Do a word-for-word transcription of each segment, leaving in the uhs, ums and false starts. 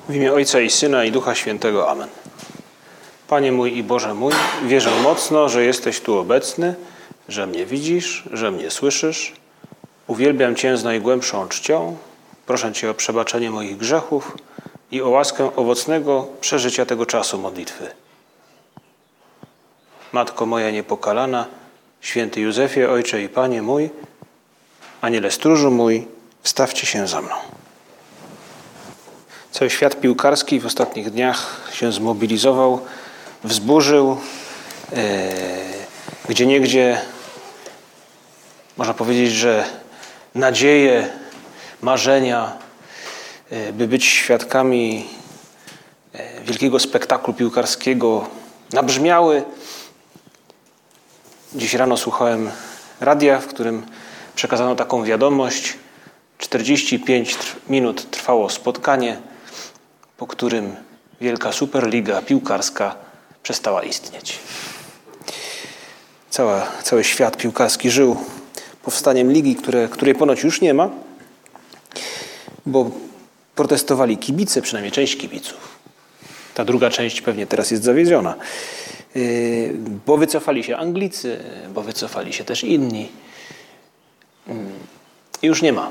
W imię Ojca i Syna i Ducha Świętego. Amen. Panie mój i Boże mój, wierzę mocno, że jesteś tu obecny, że mnie widzisz, że mnie słyszysz. Uwielbiam Cię z najgłębszą czcią. Proszę Cię o przebaczenie moich grzechów i o łaskę owocnego przeżycia tego czasu modlitwy. Matko moja niepokalana, święty Józefie, Ojcze i Panie mój, Aniele stróżu mój, wstawcie się za mną. Cały świat piłkarski w ostatnich dniach się zmobilizował, wzburzył, e, gdzieniegdzie można powiedzieć, że nadzieje, marzenia, e, by być świadkami e, wielkiego spektaklu piłkarskiego nabrzmiały. Dziś rano słuchałem radia, w którym przekazano taką wiadomość. czterdzieści pięć minut trwało spotkanie, po którym wielka Superliga piłkarska przestała istnieć. Cała, cały świat piłkarski żył powstaniem ligi, które, której ponoć już nie ma, bo protestowali kibice, przynajmniej część kibiców. Ta druga część pewnie teraz jest zawiedziona, yy, bo wycofali się Anglicy, bo wycofali się też inni. I już nie ma.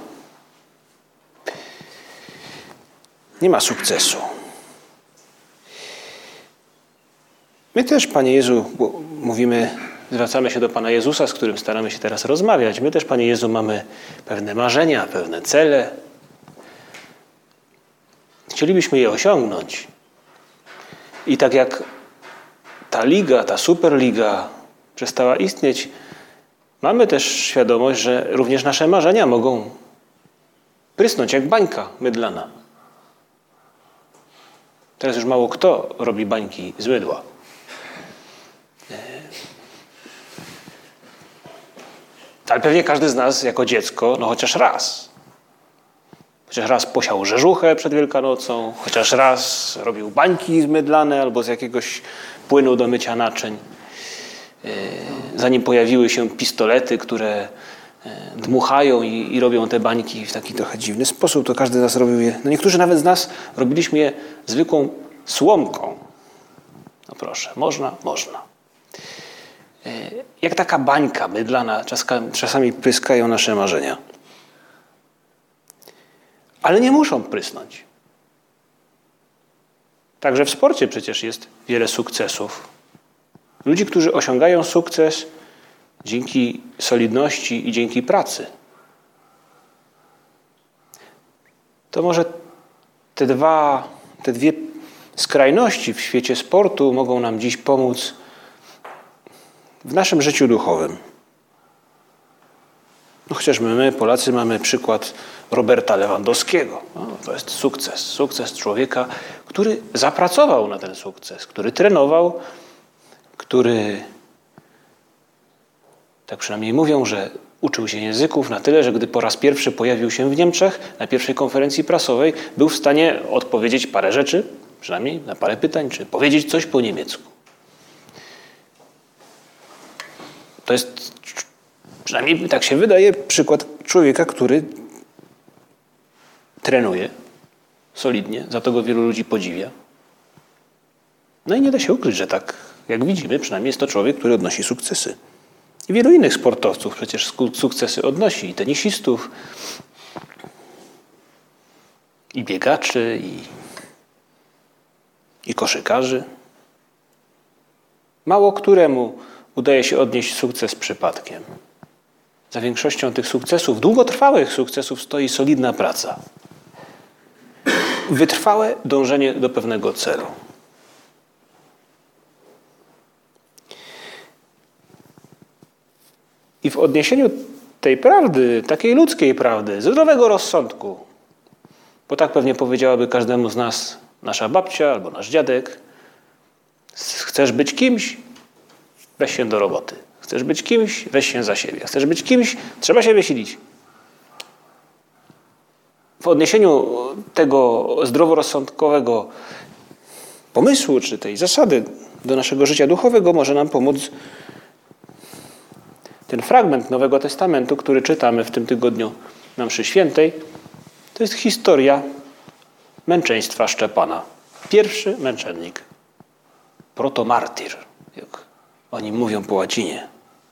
Nie ma sukcesu. My też, Panie Jezu, bo mówimy, zwracamy się do Pana Jezusa, z którym staramy się teraz rozmawiać. My też, Panie Jezu, mamy pewne marzenia, pewne cele. Chcielibyśmy je osiągnąć. I tak jak ta liga, ta Superliga przestała istnieć, mamy też świadomość, że również nasze marzenia mogą prysnąć jak bańka mydlana. Teraz już mało kto robi bańki z mydła. Ale pewnie każdy z nas jako dziecko, no chociaż raz. Chociaż raz posiał rzeżuchę przed Wielkanocą, chociaż raz robił bańki zmydlane albo z jakiegoś płynu do mycia naczyń. Zanim pojawiły się pistolety, które dmuchają i, i robią te bańki w taki trochę dziwny sposób, to każdy z nas robił je. No niektórzy nawet z nas robiliśmy je zwykłą słomką. No proszę, można? Można. Jak taka bańka mydlana, czasami pryskają nasze marzenia. Ale nie muszą prysnąć. Także w sporcie przecież jest wiele sukcesów. Ludzi, którzy osiągają sukces dzięki solidności i dzięki pracy. To może te dwa, te dwie skrajności w świecie sportu mogą nam dziś pomóc w naszym życiu duchowym. No chociażby my, Polacy, mamy przykład Roberta Lewandowskiego. No, to jest sukces. Sukces człowieka, który zapracował na ten sukces, który trenował, który, tak przynajmniej mówią, że uczył się języków na tyle, że gdy po raz pierwszy pojawił się w Niemczech na pierwszej konferencji prasowej, był w stanie odpowiedzieć parę rzeczy, przynajmniej na parę pytań, czy powiedzieć coś po niemiecku. To jest, przynajmniej tak się wydaje, przykład człowieka, który trenuje solidnie, za to go wielu ludzi podziwia. No i nie da się ukryć, że tak, jak widzimy, przynajmniej jest to człowiek, który odnosi sukcesy. I wielu innych sportowców przecież sukcesy odnosi, i tenisistów, i biegaczy, i, i koszykarzy. Mało któremu udaje się odnieść sukces przypadkiem. Za większością tych sukcesów, długotrwałych sukcesów, stoi solidna praca. Wytrwałe dążenie do pewnego celu. I w odniesieniu tej prawdy, takiej ludzkiej prawdy, zdrowego rozsądku, bo tak pewnie powiedziałaby każdemu z nas nasza babcia albo nasz dziadek, chcesz być kimś? Weź się do roboty. Chcesz być kimś? Weź się za siebie. Chcesz być kimś? Trzeba się wysilić. W odniesieniu tego zdroworozsądkowego pomysłu, czy tej zasady do naszego życia duchowego może nam pomóc ten fragment Nowego Testamentu, który czytamy w tym tygodniu na mszy świętej. To jest historia męczeństwa Szczepana. Pierwszy męczennik. Protomartyr, jak oni mówią po łacinie.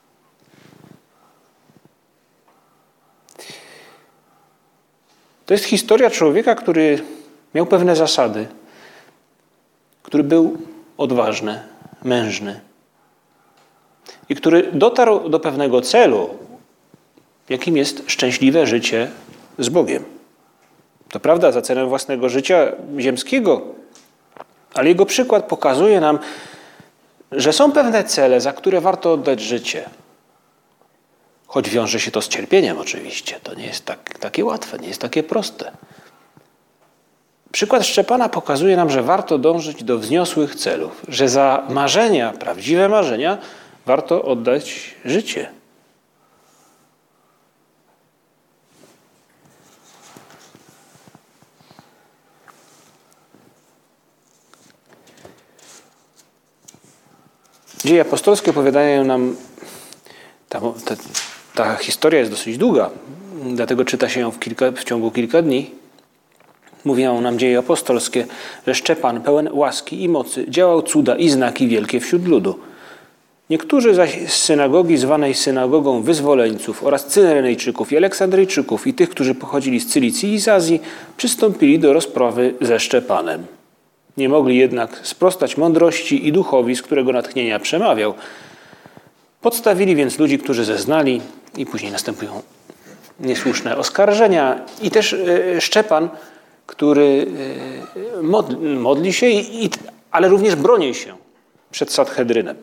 To jest historia człowieka, który miał pewne zasady, który był odważny, mężny i który dotarł do pewnego celu, jakim jest szczęśliwe życie z Bogiem. To prawda, za cenę własnego życia ziemskiego, ale jego przykład pokazuje nam, że są pewne cele, za które warto oddać życie. Choć wiąże się to z cierpieniem oczywiście. To nie jest tak, takie łatwe, nie jest takie proste. Przykład Szczepana pokazuje nam, że warto dążyć do wzniosłych celów, że za marzenia, prawdziwe marzenia, warto oddać życie. Dzieje apostolskie opowiadają nam, ta, ta, ta historia jest dosyć długa, dlatego czyta się ją w, kilka, w ciągu kilka dni. Mówią nam Dzieje apostolskie, że Szczepan, pełen łaski i mocy, działał cuda i znaki wielkie wśród ludu. Niektórzy zaś z synagogi zwanej synagogą wyzwoleńców oraz Cyrenejczyków i Aleksandryjczyków i tych, którzy pochodzili z Cylicji i z Azji, przystąpili do rozprawy ze Szczepanem. Nie mogli jednak sprostać mądrości i duchowi, z którego natchnienia przemawiał. Podstawili więc ludzi, którzy zeznali i później następują niesłuszne oskarżenia. I też Szczepan, który modli się, i, ale również broni się przed Sanhedrynem.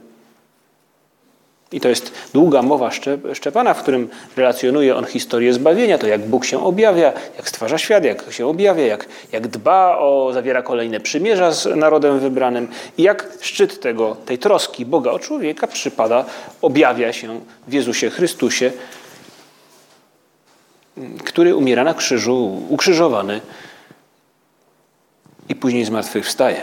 I to jest długa mowa Szczepana, w którym relacjonuje on historię zbawienia, to jak Bóg się objawia, jak stwarza świat, jak się objawia, jak, jak dba o, zawiera kolejne przymierza z narodem wybranym i jak szczyt tego, tej troski Boga o człowieka przypada, objawia się w Jezusie Chrystusie, który umiera na krzyżu, ukrzyżowany i później zmartwychwstaje.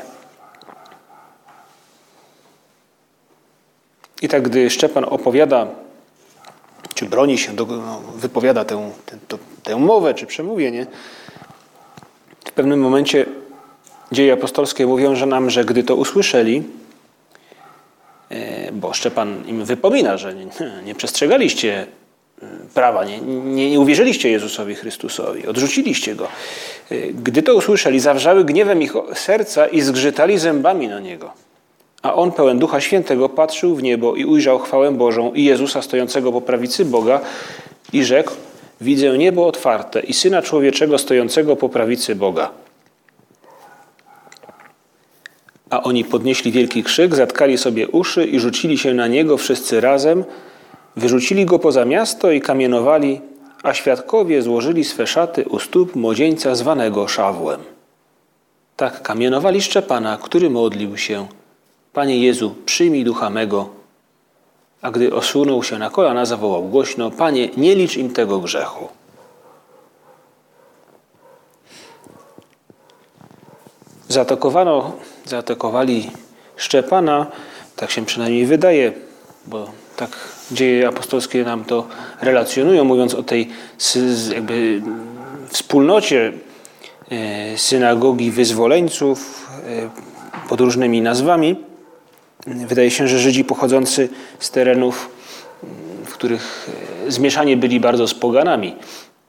I tak gdy Szczepan opowiada, czy broni się, no, wypowiada tę, tę, tę mowę, czy przemówienie, w pewnym momencie Dzieje apostolskie mówią że nam, że gdy to usłyszeli, bo Szczepan im wypomina, że nie, nie przestrzegaliście prawa, nie, nie, nie uwierzyliście Jezusowi Chrystusowi, odrzuciliście Go. Gdy to usłyszeli, zawrzały gniewem ich serca i zgrzytali zębami na Niego. A on, pełen Ducha Świętego, patrzył w niebo i ujrzał chwałę Bożą i Jezusa stojącego po prawicy Boga i rzekł: widzę niebo otwarte i Syna Człowieczego stojącego po prawicy Boga. A oni podnieśli wielki krzyk, zatkali sobie uszy i rzucili się na Niego wszyscy razem, wyrzucili Go poza miasto i kamienowali, a świadkowie złożyli swe szaty u stóp młodzieńca zwanego Szawłem. Tak kamienowali Szczepana, który modlił się: Panie Jezu, przyjmij ducha mego. A gdy osunął się na kolana, zawołał głośno: Panie, nie licz im tego grzechu. Zaatakowano, zaatakowali Szczepana, tak się przynajmniej wydaje, bo tak Dzieje apostolskie nam to relacjonują, mówiąc o tej jakby wspólnocie synagogi wyzwoleńców pod różnymi nazwami. Wydaje się, że Żydzi pochodzący z terenów, w których zmieszani byli bardzo z poganami,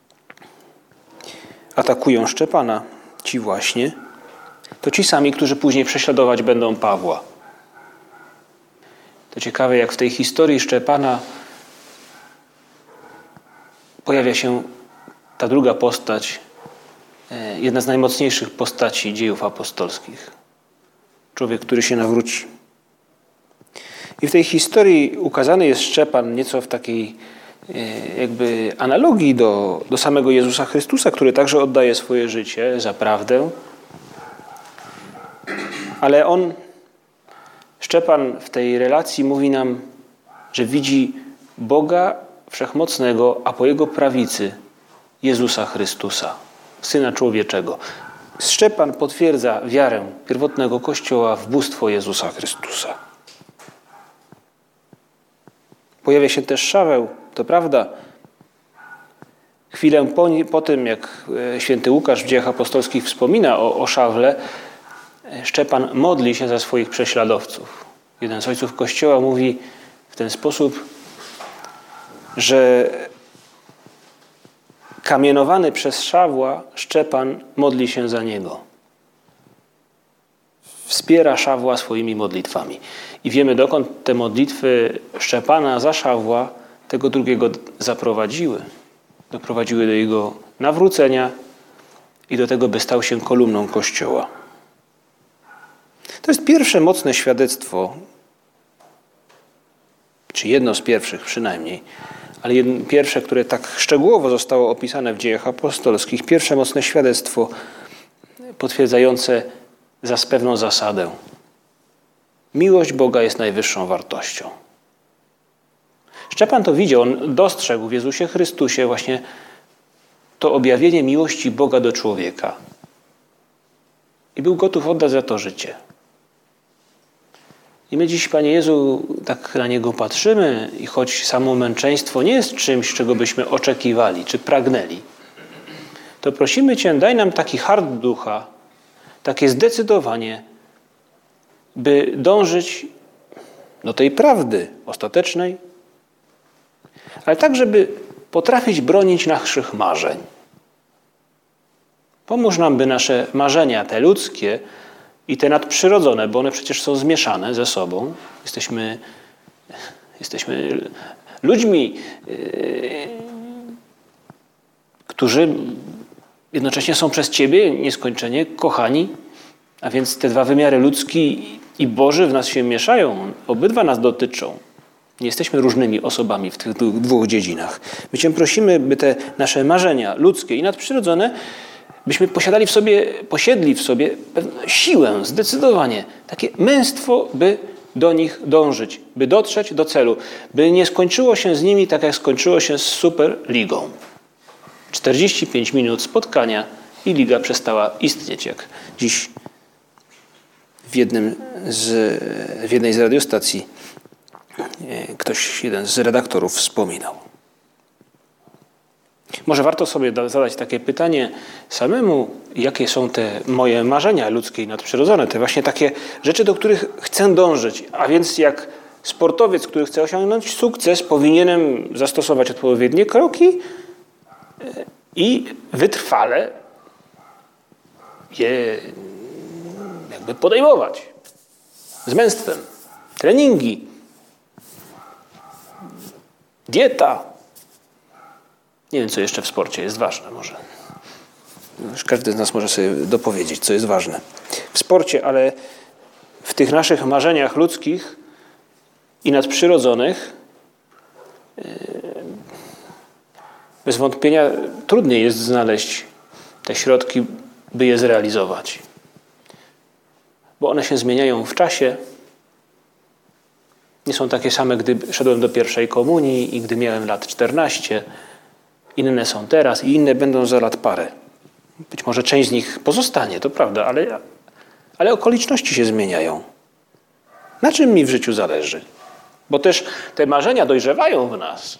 atakują Szczepana. Ci właśnie, to ci sami, którzy później prześladować będą Pawła. To ciekawe, jak w tej historii Szczepana pojawia się ta druga postać, jedna z najmocniejszych postaci dziejów apostolskich. Człowiek, który się nawróci. I w tej historii ukazany jest Szczepan nieco w takiej jakby analogii do, do samego Jezusa Chrystusa, który także oddaje swoje życie za prawdę. Ale on, Szczepan w tej relacji mówi nam, że widzi Boga Wszechmocnego, a po Jego prawicy Jezusa Chrystusa, Syna Człowieczego. Szczepan potwierdza wiarę pierwotnego Kościoła w bóstwo Jezusa Chrystusa. Pojawia się też Szaweł, to prawda. chwilę po, po tym, jak święty Łukasz w Dziejach Apostolskich wspomina o, o Szawle, Szczepan modli się za swoich prześladowców. Jeden z ojców Kościoła mówi w ten sposób, że kamienowany przez Szawła Szczepan modli się za niego. Wspiera Szawła swoimi modlitwami. I wiemy, dokąd te modlitwy Szczepana za Szawła tego drugiego zaprowadziły. Doprowadziły do jego nawrócenia i do tego, by stał się kolumną Kościoła. To jest pierwsze mocne świadectwo, czy jedno z pierwszych przynajmniej, ale jedno, pierwsze, które tak szczegółowo zostało opisane w Dziejach Apostolskich, pierwsze mocne świadectwo potwierdzające za pewną zasadę. Miłość Boga jest najwyższą wartością. Szczepan to widział, on dostrzegł w Jezusie Chrystusie właśnie to objawienie miłości Boga do człowieka. I był gotów oddać za to życie. I my dziś, Panie Jezu, tak na Niego patrzymy i choć samo męczeństwo nie jest czymś, czego byśmy oczekiwali czy pragnęli, to prosimy Cię, daj nam taki hart ducha, takie zdecydowanie, by dążyć do tej prawdy ostatecznej, ale tak, żeby potrafić bronić naszych marzeń. Pomóż nam, by nasze marzenia, te ludzkie i te nadprzyrodzone, bo one przecież są zmieszane ze sobą. Jesteśmy, jesteśmy ludźmi, yy, którzy jednocześnie są przez Ciebie nieskończenie kochani, a więc te dwa wymiary, ludzki i Boży, w nas się mieszają. Obydwa nas dotyczą. Nie jesteśmy różnymi osobami w tych dwóch dziedzinach. My Cię prosimy, by te nasze marzenia ludzkie i nadprzyrodzone, byśmy posiadali w sobie, posiedli w sobie pewną siłę, zdecydowanie, takie męstwo, by do nich dążyć, by dotrzeć do celu, by nie skończyło się z nimi tak, jak skończyło się z Superligą. czterdzieści pięć minut spotkania i liga przestała istnieć, jak dziś w, jednym z, w jednej z radiostacji ktoś, jeden z redaktorów wspominał. Może warto sobie zadać takie pytanie samemu, jakie są te moje marzenia ludzkie i nadprzyrodzone, te właśnie takie rzeczy, do których chcę dążyć. A więc jak sportowiec, który chce osiągnąć sukces, powinienem zastosować odpowiednie kroki i wytrwale je jakby podejmować z męstwem. Treningi, dieta. Nie wiem, co jeszcze w sporcie jest ważne może. Każdy z nas może sobie dopowiedzieć, co jest ważne w sporcie, ale w tych naszych marzeniach ludzkich i nadprzyrodzonych bez wątpienia trudniej jest znaleźć te środki, by je zrealizować. Bo one się zmieniają w czasie. Nie są takie same, gdy szedłem do pierwszej komunii i gdy miałem lat czternaście. Inne są teraz i inne będą za lat parę. Być może część z nich pozostanie, to prawda, ale, ale okoliczności się zmieniają. Na czym mi w życiu zależy? Bo też te marzenia dojrzewają w nas.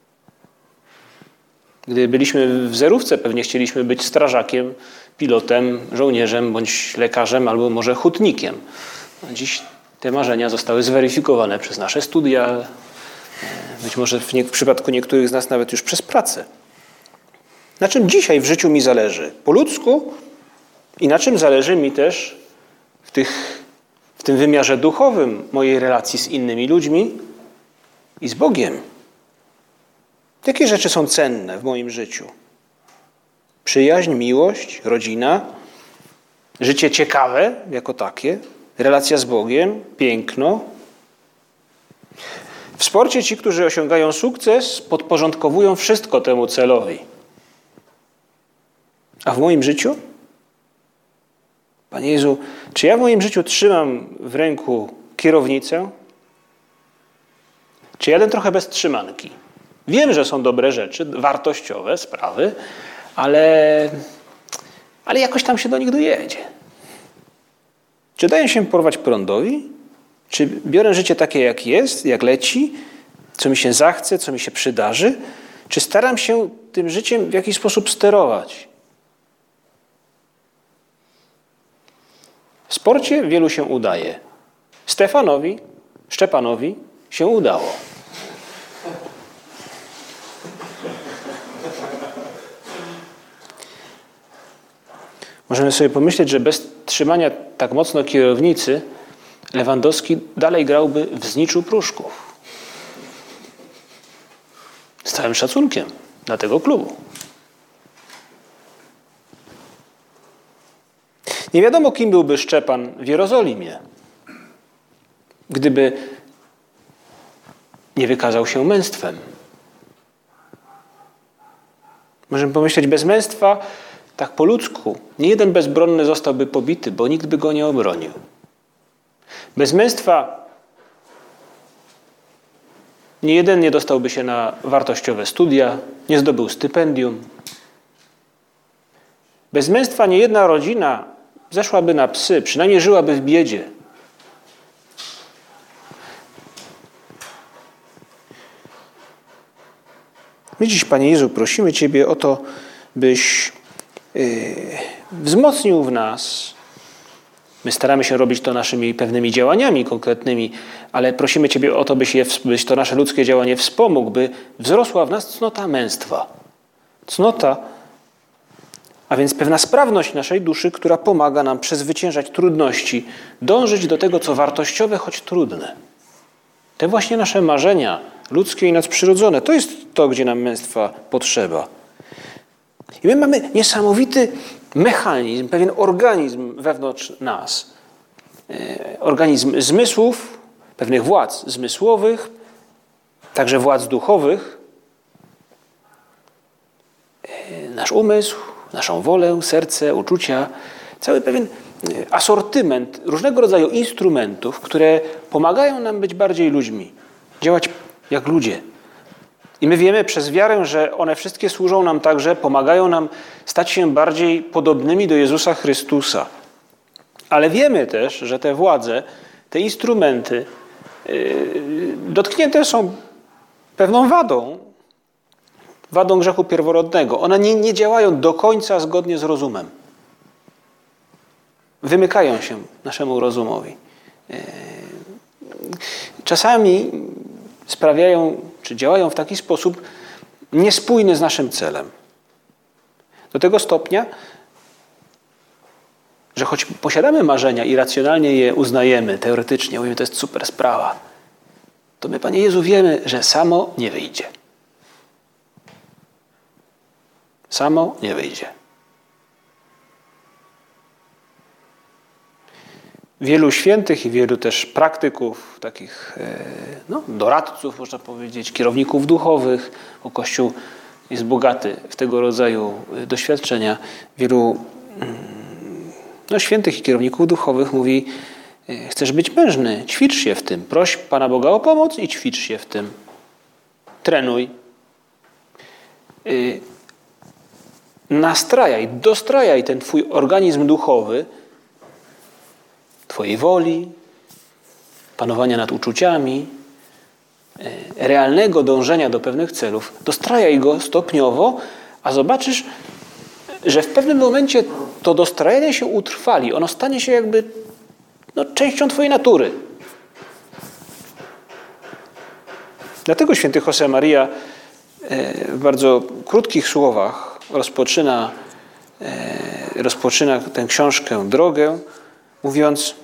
Gdy byliśmy w zerówce, pewnie chcieliśmy być strażakiem, pilotem, żołnierzem, bądź lekarzem, albo może hutnikiem. Dziś te marzenia zostały zweryfikowane przez nasze studia, być może w, nie, w przypadku niektórych z nas nawet już przez pracę. Na czym dzisiaj w życiu mi zależy? Po ludzku i na czym zależy mi też w, tych, w tym wymiarze duchowym mojej relacji z innymi ludźmi i z Bogiem. Jakie rzeczy są cenne w moim życiu? Przyjaźń, miłość, rodzina, życie ciekawe jako takie, relacja z Bogiem, piękno. W sporcie ci, którzy osiągają sukces, podporządkowują wszystko temu celowi. A w moim życiu? Panie Jezu, czy ja w moim życiu trzymam w ręku kierownicę? Czy jadę trochę bez trzymanki? Wiem, że są dobre rzeczy, wartościowe sprawy, ale, ale jakoś tam się do nich dojedzie. Czy daję się porwać prądowi? Czy biorę życie takie, jak jest, jak leci, co mi się zachce, co mi się przydarzy? Czy staram się tym życiem w jakiś sposób sterować. W sporcie wielu się udaje. Stefanowi, Szczepanowi się udało. Możemy sobie pomyśleć, że bez trzymania tak mocno kierownicy Lewandowski dalej grałby w Zniczu Pruszków. Z całym szacunkiem dla tego klubu. Nie wiadomo, kim byłby Szczepan w Jerozolimie, gdyby nie wykazał się męstwem. Możemy pomyśleć, bez męstwa, tak po ludzku, nie jeden bezbronny zostałby pobity, bo nikt by go nie obronił. Bez męstwa nie jeden nie dostałby się na wartościowe studia, nie zdobył stypendium. Bez męstwa nie jedna rodzina zeszłaby na psy, przynajmniej żyłaby w biedzie. My dziś, Panie Jezu, prosimy Ciebie o to, byś yy, wzmocnił w nas. My staramy się robić to naszymi pewnymi działaniami konkretnymi, ale prosimy Ciebie o to, byś, je, byś to nasze ludzkie działanie wspomógł, by wzrosła w nas cnota męstwa. Cnota, a więc pewna sprawność naszej duszy, która pomaga nam przezwyciężać trudności, dążyć do tego, co wartościowe, choć trudne. Te właśnie nasze marzenia ludzkie i nadprzyrodzone, to jest to, gdzie nam męstwa potrzeba. I my mamy niesamowity mechanizm, pewien organizm wewnątrz nas. Organizm zmysłów, pewnych władz zmysłowych, także władz duchowych. Nasz umysł, naszą wolę, serce, uczucia, cały pewien asortyment różnego rodzaju instrumentów, które pomagają nam być bardziej ludźmi, działać jak ludzie. I my wiemy przez wiarę, że one wszystkie służą nam także, pomagają nam stać się bardziej podobnymi do Jezusa Chrystusa. Ale wiemy też, że te władze, te instrumenty yy, dotknięte są pewną wadą, wadą grzechu pierworodnego. One nie, nie działają do końca zgodnie z rozumem. Wymykają się naszemu rozumowi. Yy, czasami sprawiają, czy działają w taki sposób niespójny z naszym celem. Do tego stopnia, że choć posiadamy marzenia i racjonalnie je uznajemy, teoretycznie, mówimy, to jest super sprawa, to my, Panie Jezu, wiemy, że samo nie wyjdzie. Samo nie wyjdzie. Wielu świętych i wielu też praktyków, takich no, doradców, można powiedzieć, kierowników duchowych, bo Kościół jest bogaty w tego rodzaju doświadczenia. Wielu no, świętych i kierowników duchowych mówi: chcesz być mężny, ćwicz się w tym. Proś Pana Boga o pomoc i ćwicz się w tym. Trenuj. Nastrajaj, dostrajaj ten twój organizm duchowy, twojej woli, panowania nad uczuciami, realnego dążenia do pewnych celów. Dostrajaj go stopniowo, a zobaczysz, że w pewnym momencie to dostrajanie się utrwali. Ono stanie się jakby no, częścią twojej natury. Dlatego święty Josemaria w bardzo krótkich słowach rozpoczyna, rozpoczyna tę książkę, drogę, mówiąc,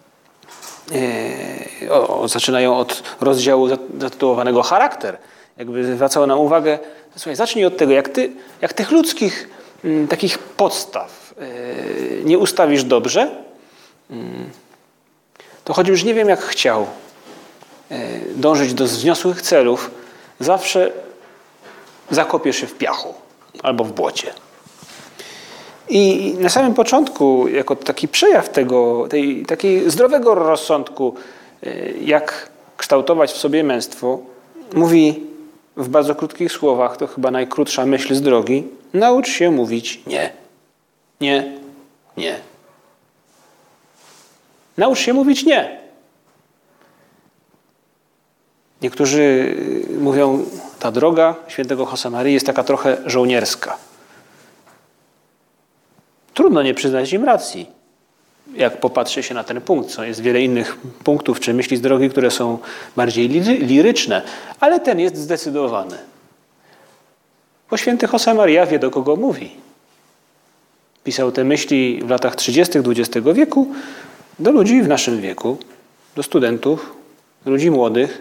o, zaczynają od rozdziału zatytułowanego charakter. Jakby zwracało nam uwagę, słuchaj, zacznij od tego, jak ty, jak tych ludzkich m, takich podstaw y, nie ustawisz dobrze, y, to choć już nie wiem jak chciał y, dążyć do wzniosłych celów, zawsze zakopiesz się w piachu albo w błocie. I na samym początku, jako taki przejaw tego, tej, takiej zdrowego rozsądku, jak kształtować w sobie męstwo, mówi w bardzo krótkich słowach, to chyba najkrótsza myśl z drogi: naucz się mówić nie. Nie. Nie. Naucz się mówić nie. Niektórzy mówią ta droga świętego Josemarii jest taka trochę żołnierska. Trudno nie przyznać im racji, jak popatrzy się na ten punkt. Co jest wiele innych punktów czy myśli z drogi, które są bardziej liryczne, ale ten jest zdecydowany. Bo święty Josemaria wie, do kogo mówi. Pisał te myśli w latach trzydziestych dwudziestego wieku do ludzi w naszym wieku, do studentów, do ludzi młodych,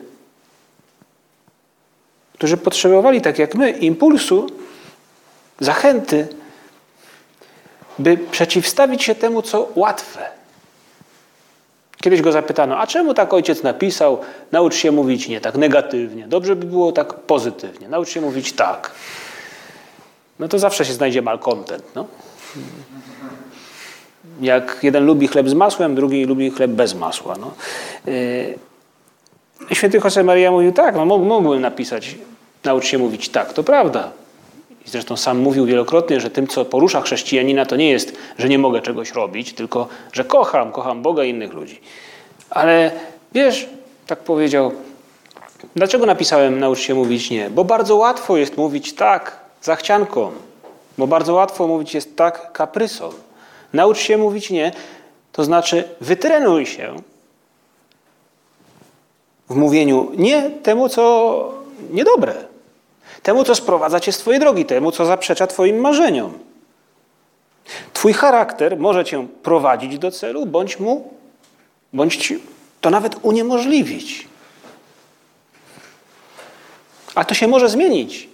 którzy potrzebowali, tak jak my, impulsu, zachęty, by przeciwstawić się temu, co łatwe. Kiedyś go zapytano, a czemu tak ojciec napisał? Naucz się mówić nie tak negatywnie. Dobrze by było tak pozytywnie. Naucz się mówić tak. No to zawsze się znajdzie malcontent. No. Jak jeden lubi chleb z masłem, drugi lubi chleb bez masła. No. Yy, Święty Josemaria mówił tak, no mógłbym napisać, naucz się mówić tak, to prawda. I zresztą sam mówił wielokrotnie, że tym, co porusza chrześcijanina, to nie jest, że nie mogę czegoś robić, tylko, że kocham, kocham Boga i innych ludzi. Ale wiesz, tak powiedział, dlaczego napisałem naucz się mówić nie? Bo bardzo łatwo jest mówić tak, zachcianką. Bo bardzo łatwo mówić jest tak, kaprysą. Naucz się mówić nie, to znaczy wytrenuj się w mówieniu nie temu, co niedobre. Temu, co sprowadza cię z twojej drogi, temu, co zaprzecza twoim marzeniom. Twój charakter może cię prowadzić do celu, bądź mu, bądź to nawet uniemożliwić. A to się może zmienić.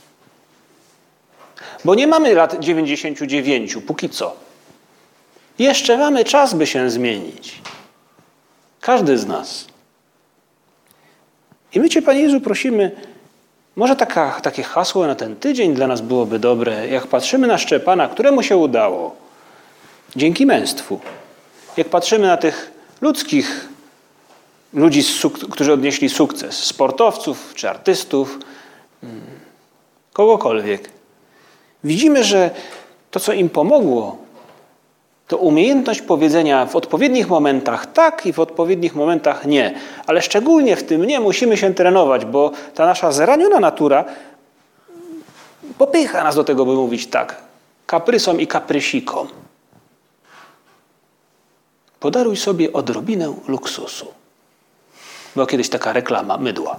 Bo nie mamy lat dziewięćdziesięciu dziewięciu, póki co. Jeszcze mamy czas, by się zmienić. Każdy z nas. I my Cię, Panie Jezu, prosimy, może taka, takie hasło na ten tydzień dla nas byłoby dobre, jak patrzymy na Szczepana, któremu się udało, dzięki męstwu. Jak patrzymy na tych ludzkich ludzi, którzy odnieśli sukces, sportowców czy artystów, kogokolwiek. Widzimy, że to, co im pomogło, to umiejętność powiedzenia w odpowiednich momentach tak i w odpowiednich momentach nie. Ale szczególnie w tym nie musimy się trenować, bo ta nasza zraniona natura popycha nas do tego, by mówić tak. Kaprysom i kaprysikom. Podaruj sobie odrobinę luksusu. Była kiedyś taka reklama mydła.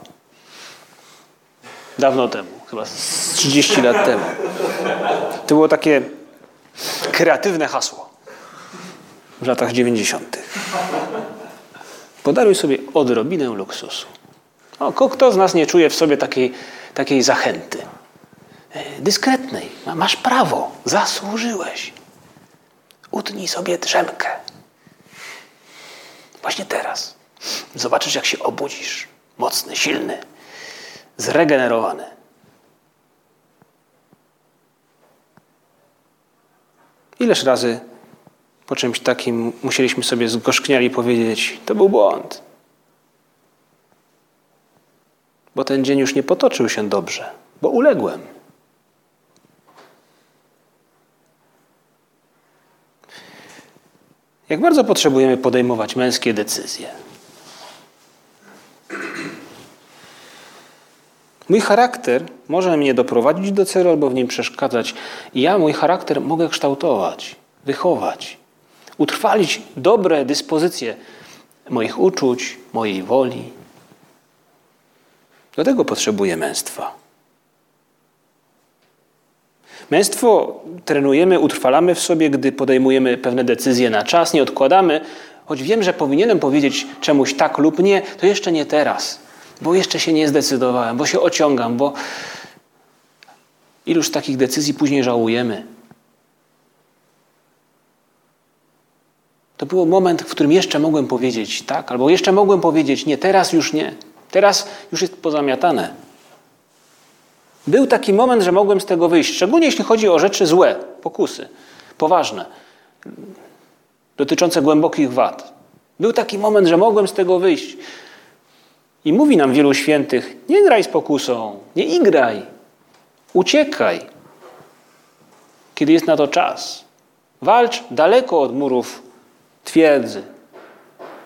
Dawno temu, chyba z trzydzieści lat temu. To było takie kreatywne hasło w latach dziewięćdziesiątych. Podaruj sobie odrobinę luksusu. O, kto z nas nie czuje w sobie takiej, takiej zachęty? Dyskretnej. Masz prawo. Zasłużyłeś. Utnij sobie drzemkę. Właśnie teraz. Zobaczysz, jak się obudzisz. Mocny, silny, zregenerowany. Ileż razy po czymś takim musieliśmy sobie zgorzkniali powiedzieć, to był błąd. Bo ten dzień już nie potoczył się dobrze, bo uległem. Jak bardzo potrzebujemy podejmować męskie decyzje. Mój charakter może mnie doprowadzić do celu albo w nim przeszkadzać. I ja mój charakter mogę kształtować, wychować, utrwalić dobre dyspozycje moich uczuć, mojej woli. Do tego potrzebuję męstwa. Męstwo trenujemy, utrwalamy w sobie, gdy podejmujemy pewne decyzje na czas, nie odkładamy. Choć wiem, że powinienem powiedzieć czemuś tak lub nie, to jeszcze nie teraz. Bo jeszcze się nie zdecydowałem, bo się ociągam, bo iluż takich decyzji później żałujemy. To był moment, w którym jeszcze mogłem powiedzieć tak, albo jeszcze mogłem powiedzieć nie, teraz już nie. Teraz już jest pozamiatane. Był taki moment, że mogłem z tego wyjść, szczególnie jeśli chodzi o rzeczy złe, pokusy, poważne, dotyczące głębokich wad. Był taki moment, że mogłem z tego wyjść. I mówi nam wielu świętych, nie graj z pokusą, nie igraj, uciekaj, kiedy jest na to czas. Walcz daleko od murów twierdzy,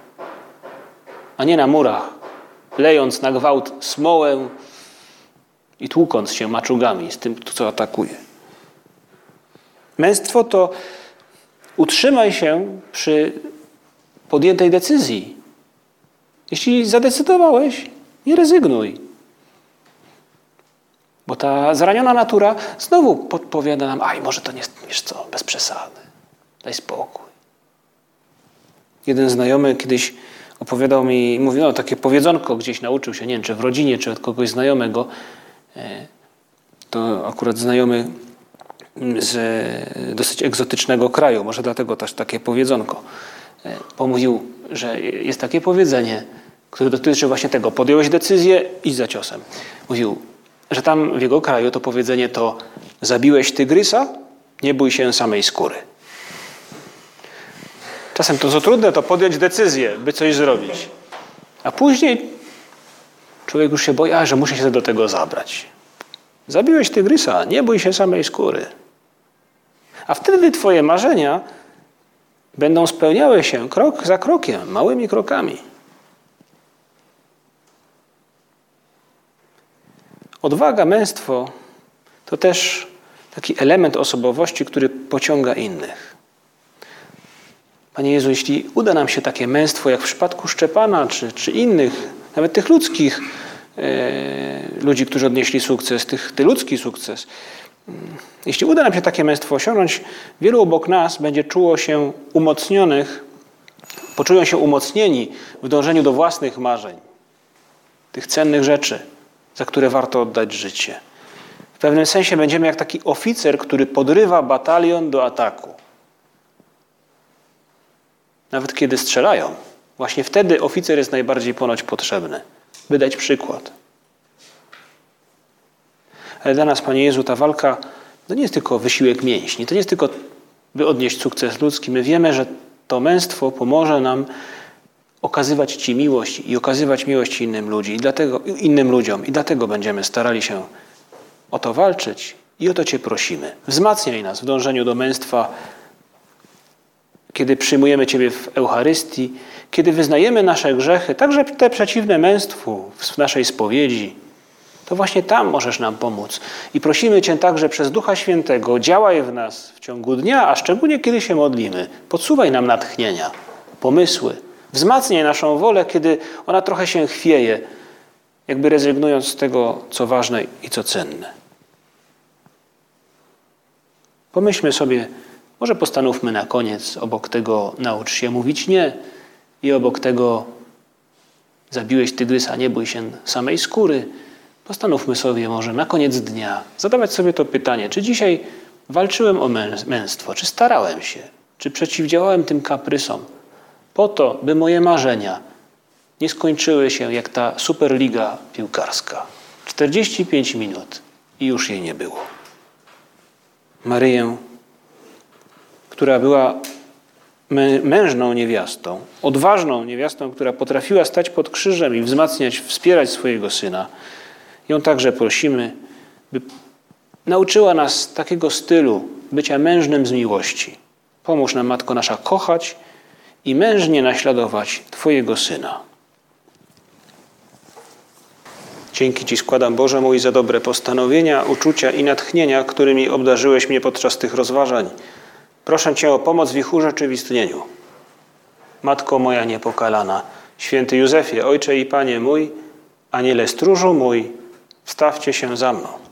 a nie na murach, lejąc na gwałt smołę i tłukąc się maczugami z tym, co atakuje. Męstwo to utrzymaj się przy podjętej decyzji. Jeśli zadecydowałeś, nie rezygnuj. Bo ta zraniona natura znowu podpowiada nam, aj, może to nie, wiesz co, bez przesady. Daj spokój. Jeden znajomy kiedyś opowiadał mi, mówił, no takie powiedzonko gdzieś nauczył się, nie wiem, czy w rodzinie, czy od kogoś znajomego. To akurat znajomy z dosyć egzotycznego kraju, może dlatego też takie powiedzonko. Pomówił, że jest takie powiedzenie, które dotyczy właśnie tego. Podjąłeś decyzję, idź za ciosem. Mówił, że tam w jego kraju to powiedzenie to zabiłeś tygrysa, nie bój się samej skóry. Czasem to co trudne, to podjąć decyzję, by coś zrobić. A później człowiek już się boi, a, że muszę się do tego zabrać. Zabiłeś tygrysa, nie bój się samej skóry. A wtedy twoje marzenia będą spełniały się krok za krokiem, małymi krokami. Odwaga, męstwo to też taki element osobowości, który pociąga innych. Panie Jezu, jeśli uda nam się takie męstwo, jak w przypadku Szczepana, czy, czy innych, nawet tych ludzkich e, ludzi, którzy odnieśli sukces, tych, ty ludzki sukces, jeśli uda nam się takie męstwo osiągnąć, wielu obok nas będzie czuło się umocnionych, poczują się umocnieni w dążeniu do własnych marzeń, tych cennych rzeczy, za które warto oddać życie. W pewnym sensie będziemy jak taki oficer, który podrywa batalion do ataku. Nawet kiedy strzelają, właśnie wtedy oficer jest najbardziej ponoć potrzebny, by dać przykład. Ale dla nas, Panie Jezu, ta walka to nie jest tylko wysiłek mięśni, to nie jest tylko, by odnieść sukces ludzki. My wiemy, że to męstwo pomoże nam okazywać Ci miłość i okazywać miłość innym ludzi, i dlatego, innym ludziom. I dlatego będziemy starali się o to walczyć i o to Cię prosimy. Wzmacniaj nas w dążeniu do męstwa, kiedy przyjmujemy Ciebie w Eucharystii, kiedy wyznajemy nasze grzechy, także te przeciwne męstwu w naszej spowiedzi. To właśnie tam możesz nam pomóc. I prosimy Cię także przez Ducha Świętego, działaj w nas w ciągu dnia, a szczególnie kiedy się modlimy. Podsuwaj nam natchnienia, pomysły. Wzmacniaj naszą wolę, kiedy ona trochę się chwieje, jakby rezygnując z tego, co ważne i co cenne. Pomyślmy sobie, może postanówmy na koniec obok tego naucz się mówić nie i obok tego zabiłeś tygrysa, nie bój się samej skóry. Postanówmy sobie może na koniec dnia zadawać sobie to pytanie, czy dzisiaj walczyłem o męstwo, czy starałem się, czy przeciwdziałałem tym kaprysom, po to, by moje marzenia nie skończyły się jak ta superliga piłkarska. czterdzieści pięć minut i już jej nie było. Maryję, która była mężną niewiastą, odważną niewiastą, która potrafiła stać pod krzyżem i wzmacniać, wspierać swojego syna, ją także prosimy, by nauczyła nas takiego stylu bycia mężnym z miłości. Pomóż nam, Matko nasza, kochać i mężnie naśladować Twojego Syna. Dzięki Ci składam, Boże mój, za dobre postanowienia, uczucia i natchnienia, którymi obdarzyłeś mnie podczas tych rozważań. Proszę Cię o pomoc w ich urzeczywistnieniu. Matko moja niepokalana, święty Józefie, Ojcze i Panie mój, Aniele stróżu mój, wstawcie się za mną.